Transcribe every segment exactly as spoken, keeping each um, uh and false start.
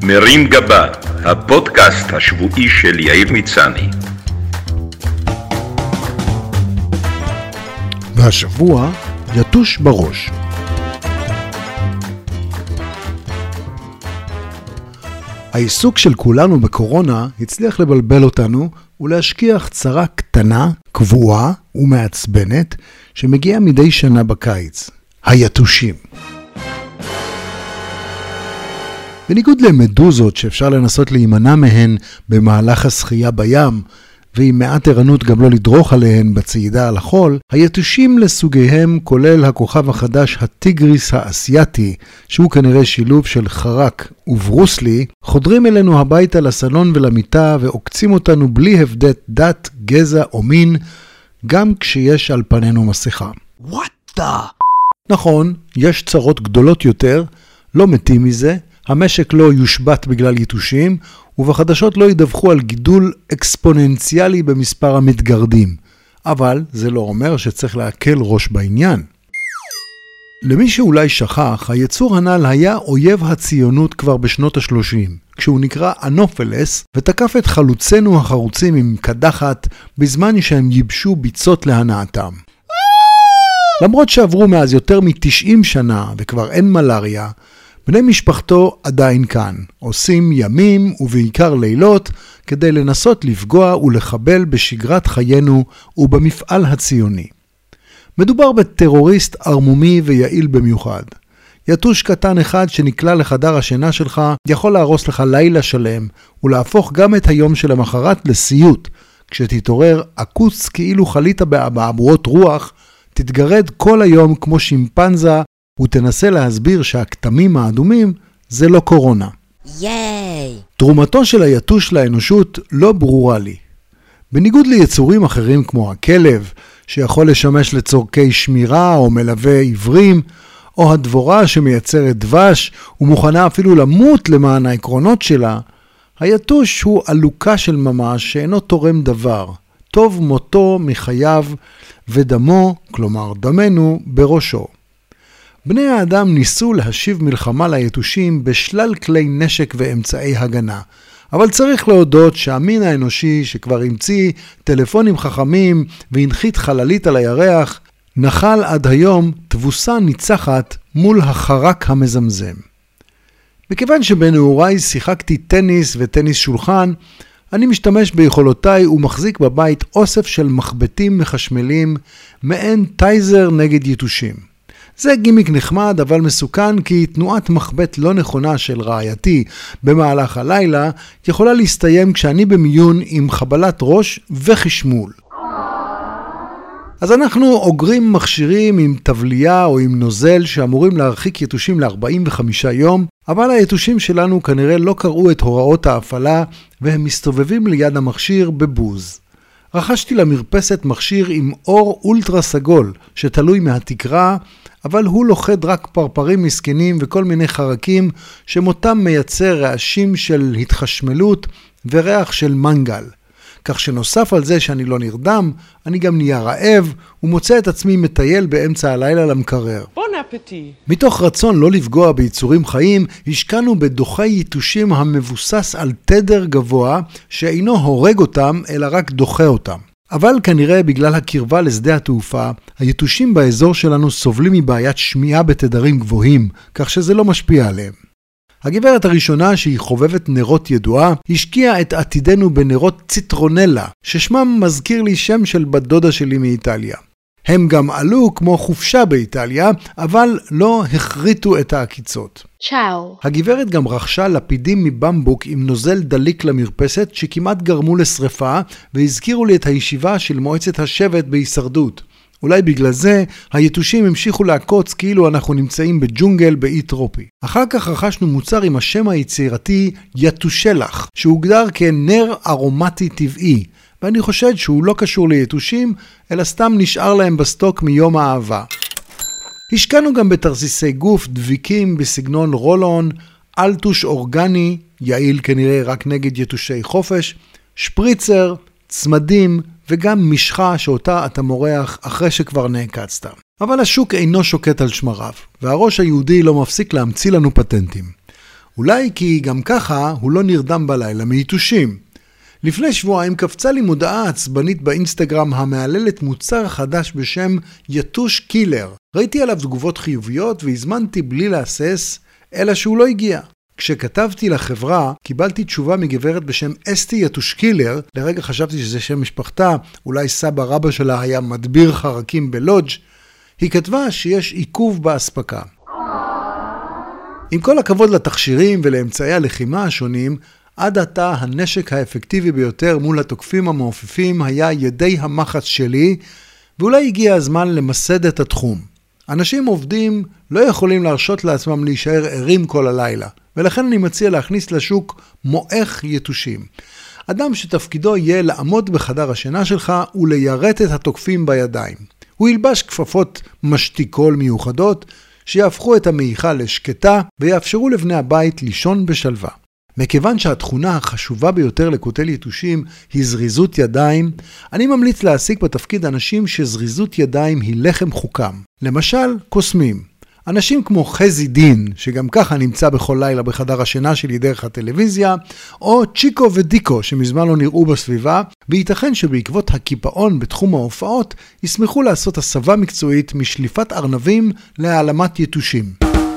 מרים גבה, הפודקאסט השבועי של יאיר מצני. והשבוע יתוש בראש. העיסוק של כולנו בקורונה הצליח לבלבל אותנו ולהשכיח צרה קטנה, קבועה ומעצבנת שמגיעה מדי שנה בקיץ, היתושים. בניגוד למדוזות שאפשר לנסות להימנע מהן במהלך השחייה בים, ועם מעט ערנות גם לא לדרוך עליהן בצעידה על החול, היתושים לסוגיהם כולל הכוכב החדש הטיגריס האסייתי, שהוא כנראה שילוב של חרק וברוסלי, חודרים אלינו הביתה לסלון ולמיטה ועוקצים אותנו בלי הבדל דת, גזע או מין, גם כשיש על פנינו מסכה. What the? נכון, יש צרות גדולות יותר, לא מתים מזה, המשק לא יושבת בגלל יתושים, ובחדשות לא ידווחו על גידול אקספוננציאלי במספר המתגרדים. אבל זה לא אומר שצריך להקל ראש בעניין. למי שאולי שכח, היצור הנ"ל היה אויב הציונות כבר בשנות ה-שלושים, כשהוא נקרא אנופלס, ותקף את חלוצינו החרוצים עם קדחת, בזמן שהם ייבשו ביצות להנאתם. למרות שעברו מאז יותר מ-תשעים שנה וכבר אין מלריה, בני משפחתו עדיין כאן, עושים ימים ובעיקר לילות כדי לנסות לפגוע ולחבל בשגרת חיינו ובמפעל הציוני. מדובר בטרוריסט ערמומי ויעיל במיוחד. יתוש קטן אחד שנקלע לחדר השינה שלך יכול להרוס לך לילה שלם ולהפוך גם את היום של המחרת לסיוט. כשתתעורר עקוץ כאילו חלית באבעבועות רוח, תתגרד כל היום כמו שימפנזה ותנסה להסביר שהכתמים האדומים זה לא קורונה. ייי! תרומתו של היתוש לאנושות לא ברורה לי. בניגוד ליצורים אחרים כמו הכלב, שיכול לשמש לצורכי שמירה או מלווה עיוורים, או הדבורה שמייצרת דבש ומוכנה אפילו למות למען העקרונות שלה, היתוש הוא עלוקה של ממש שאינו תורם דבר. טוב מותו מחייו ודמו, כלומר דמנו, בראשו. בני האדם ניסו להשיב מלחמה ליתושים בשלל כלי נשק ואמצעי הגנה. אבל צריך להודות שהמין האנושי שכבר המציא טלפונים חכמים והנחית חללית על הירח, נחל עד היום תבוסה ניצחת מול החרק המזמזם. מכיוון שבנעוריי שיחקתי טניס וטניס שולחן, אני משתמש ביכולותיי ומחזיק בבית אוסף של מחבטים מחשמלים מעין טייזר נגד יתושים. זה גימיק נחמד אבל מסוכן כי תנועת מחבט לא נכונה של רעייתי במהלך הלילה יכולה להסתיים כשאני במיון עם חבלת ראש וחשמול. אז אנחנו אוגרים מכשירים עם תבליה או עם נוזל שאמורים להרחיק יתושים ל-ארבעים וחמישה יום, אבל היתושים שלנו כנראה לא קראו את הוראות ההפעלה והם מסתובבים ליד המכשיר בבוז. רכשתי למרפסת מכשיר עם אור אולטרה סגול שתלוי מהתקרה, אבל הוא לוחד רק פרפרים מסכנים וכל מיני חרקים שמותם מייצר רעשים של התחשמלות וריח של מנגל. כך שנוסף על זה שאני לא נרדם, אני גם נהיה רעב ומוצא את עצמי מטייל באמצע הלילה למקרר. בון אפטי. מתוך רצון לא לפגוע ביצורים חיים, השקענו בדוחי יתושים המבוסס על תדר גבוה שאינו הורג אותם אלא רק דוחה אותם. אבל כנראה בגלל הקרבה לשדה התעופה, היתושים באזור שלנו סובלים מבעיית שמיעה בתדרים גבוהים, כך שזה לא משפיע עליהם. הגברת הראשונה שהיא חובבת נרות ידועה, השקיעה את עתידנו בנרות ציטרונלה, ששמם מזכיר לי שם של בת דודה שלי מאיטליה. הם גם עלו כמו חופשה באיטליה, אבל לא החריטו את העקיצות. צ'או. הגברת גם רכשה לפידים מבמבוק עם נוזל דליק למרפסת שכמעט גרמו לשריפה, והזכירו לי את הישיבה של מועצת השבט בהישרדות. אולי בגלל זה היתושים המשיכו לעקוץ כאילו אנחנו נמצאים בג'ונגל באי טרופי. אחר כך רכשנו מוצר עם השם היצירתי יתושלח, שהוגדר כנר ארומטי טבעי, ואני חושד שהוא לא קשור ליתושים, אלא סתם נשאר להם בסטוק מיום האהבה. השקענו גם בתרסיסי גוף דביקים בסגנון רולון, אלטוש אורגני, יעיל כנראה רק נגד יתושי חופש, שפריצר, צמדים וגם משחה שאותה אתה מורח אחרי שכבר נעקצת. אבל השוק אינו שוקט על שמריו, והראש היהודי לא מפסיק להמציא לנו פטנטים. אולי כי גם ככה הוא לא נרדם בלילה מיתושים. לפני שבועיים קפצה לי מודעה עצבנית באינסטגרם המעללת מוצר חדש בשם יתוש קילר. ראיתי עליו תגובות חיוביות והזמנתי בלי להסס, אלא שהוא לא הגיע. כשכתבתי לחברה, קיבלתי תשובה מגברת בשם אסתי יתוש קילר. לרגע חשבתי שזה שם משפחתה, אולי סבא רבא שלה היה מדביר חרקים בלודג'. היא כתבה שיש עיכוב בהספקה. עם כל הכבוד לתכשירים ולאמצעי הלחימה השונים, עד עתה הנשק האפקטיבי ביותר מול התוקפים המעופפים היה ידי המחץ שלי, ואולי הגיע הזמן למסד את התחום. אנשים עובדים לא יכולים להרשות לעצמם להישאר ערים כל הלילה, ולכן אני מציע להכניס לשוק מועך יתושים. אדם שתפקידו יהיה לעמוד בחדר השינה שלך וליירט את התוקפים בידיים. הוא ילבש כפפות משתיקול מיוחדות שיהפכו את המעיכה לשקטה ויאפשרו לבני הבית לישון בשלווה. מכיוון שהתכונה החשובה ביותר לקוטל יתושים היא זריזות ידיים, אני ממליץ להעסיק בתפקיד אנשים שזריזות ידיים היא לחם חוקם. למשל, קוסמים. אנשים כמו חזי דין, שגם ככה נמצא בכל לילה בחדר השינה שלי דרך הטלוויזיה, או צ'יקו ודיקו שמזמן לא נראו בסביבה, וייתכן שבעקבות הקיפאון בתחום ההופעות, ישמחו לעשות הסבה מקצועית משליפת ארנבים להעלמת יתושים.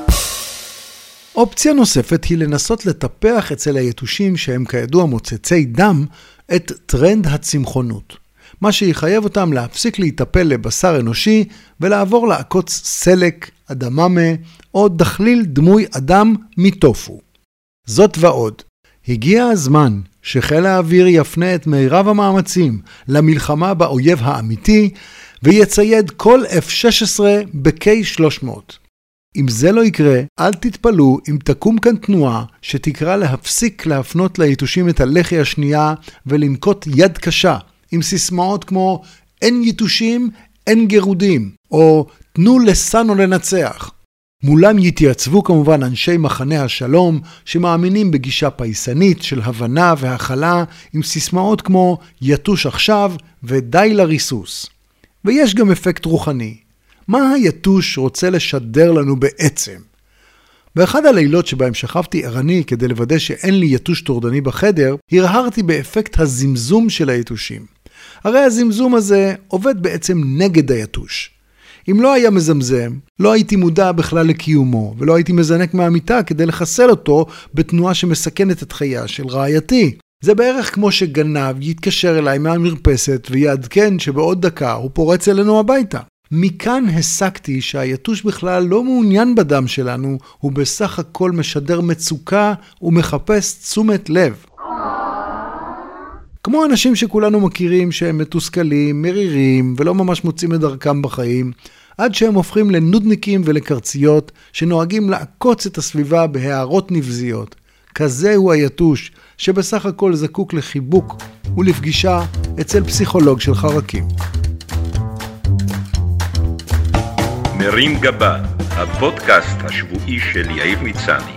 אופציה נוספת היא לנסות לטפח אצל היתושים שהם כידוע מוצצי דם את טרנד הצמחונות. מה שיחייב אותם להפסיק להיטפל לבשר אנושי ולעבור לעקוץ סלק, אדממה או דחליל דמוי אדם מטופו. זאת ועוד, הגיע הזמן שחיל האוויר יפנה את מירב המאמצים למלחמה באויב האמיתי ויצייד כל אף שש עשרה ב-קיי שלוש מאות. אם זה לא יקרה, אל תתפלו אם תקום כאן תנועה שתקרא להפסיק להפנות ליתושים את הלחי השנייה ולנקוט יד קשה, עם סיסמאות כמו אין יתושים, אין גירודים, או תנו לסנו לנצח. מולם יתייצבו כמובן אנשי מחנה השלום שמאמינים בגישה פייסנית של הבנה והכלה עם סיסמאות כמו יתוש עכשיו ודי לריסוס. ויש גם אפקט רוחני. מה היתוש רוצה לשדר לנו בעצם? באחד הלילות שבהם שכבתי ערני כדי לוודא שאין לי יתוש טורדני בחדר, הרהרתי באפקט הזמזום של היתושים. הרי הזמזום הזה עובד בעצם נגד היתוש. אם לא היה מזמזם, לא הייתי מודע בכלל לקיומו, ולא הייתי מזנק מהמיטה כדי לחסל אותו בתנועה שמסכנת את חייה של רעייתי. זה בערך כמו שגנב יתקשר אליי מהמרפסת ויעדכן שבעוד דקה הוא פורץ אלינו הביתה. מכאן הסקתי שהיתוש בכלל לא מעוניין בדם שלנו, הוא בסך הכל משדר מצוקה ומחפש תשומת לב. כמו אנשים שכולנו מכירים שהם מתוסכלים, מרירים ולא ממש מוצאים את דרכם בחיים, עד שהם הופכים לנודניקים ולקרציות שנוהגים לעקוץ את הסביבה בהערות נבזיות. כזה הוא היתוש שבסך הכל זקוק לחיבוק ולפגישה אצל פסיכולוג של חרקים. מרים גבה, הפודקאסט השבועי של יאיר מצני.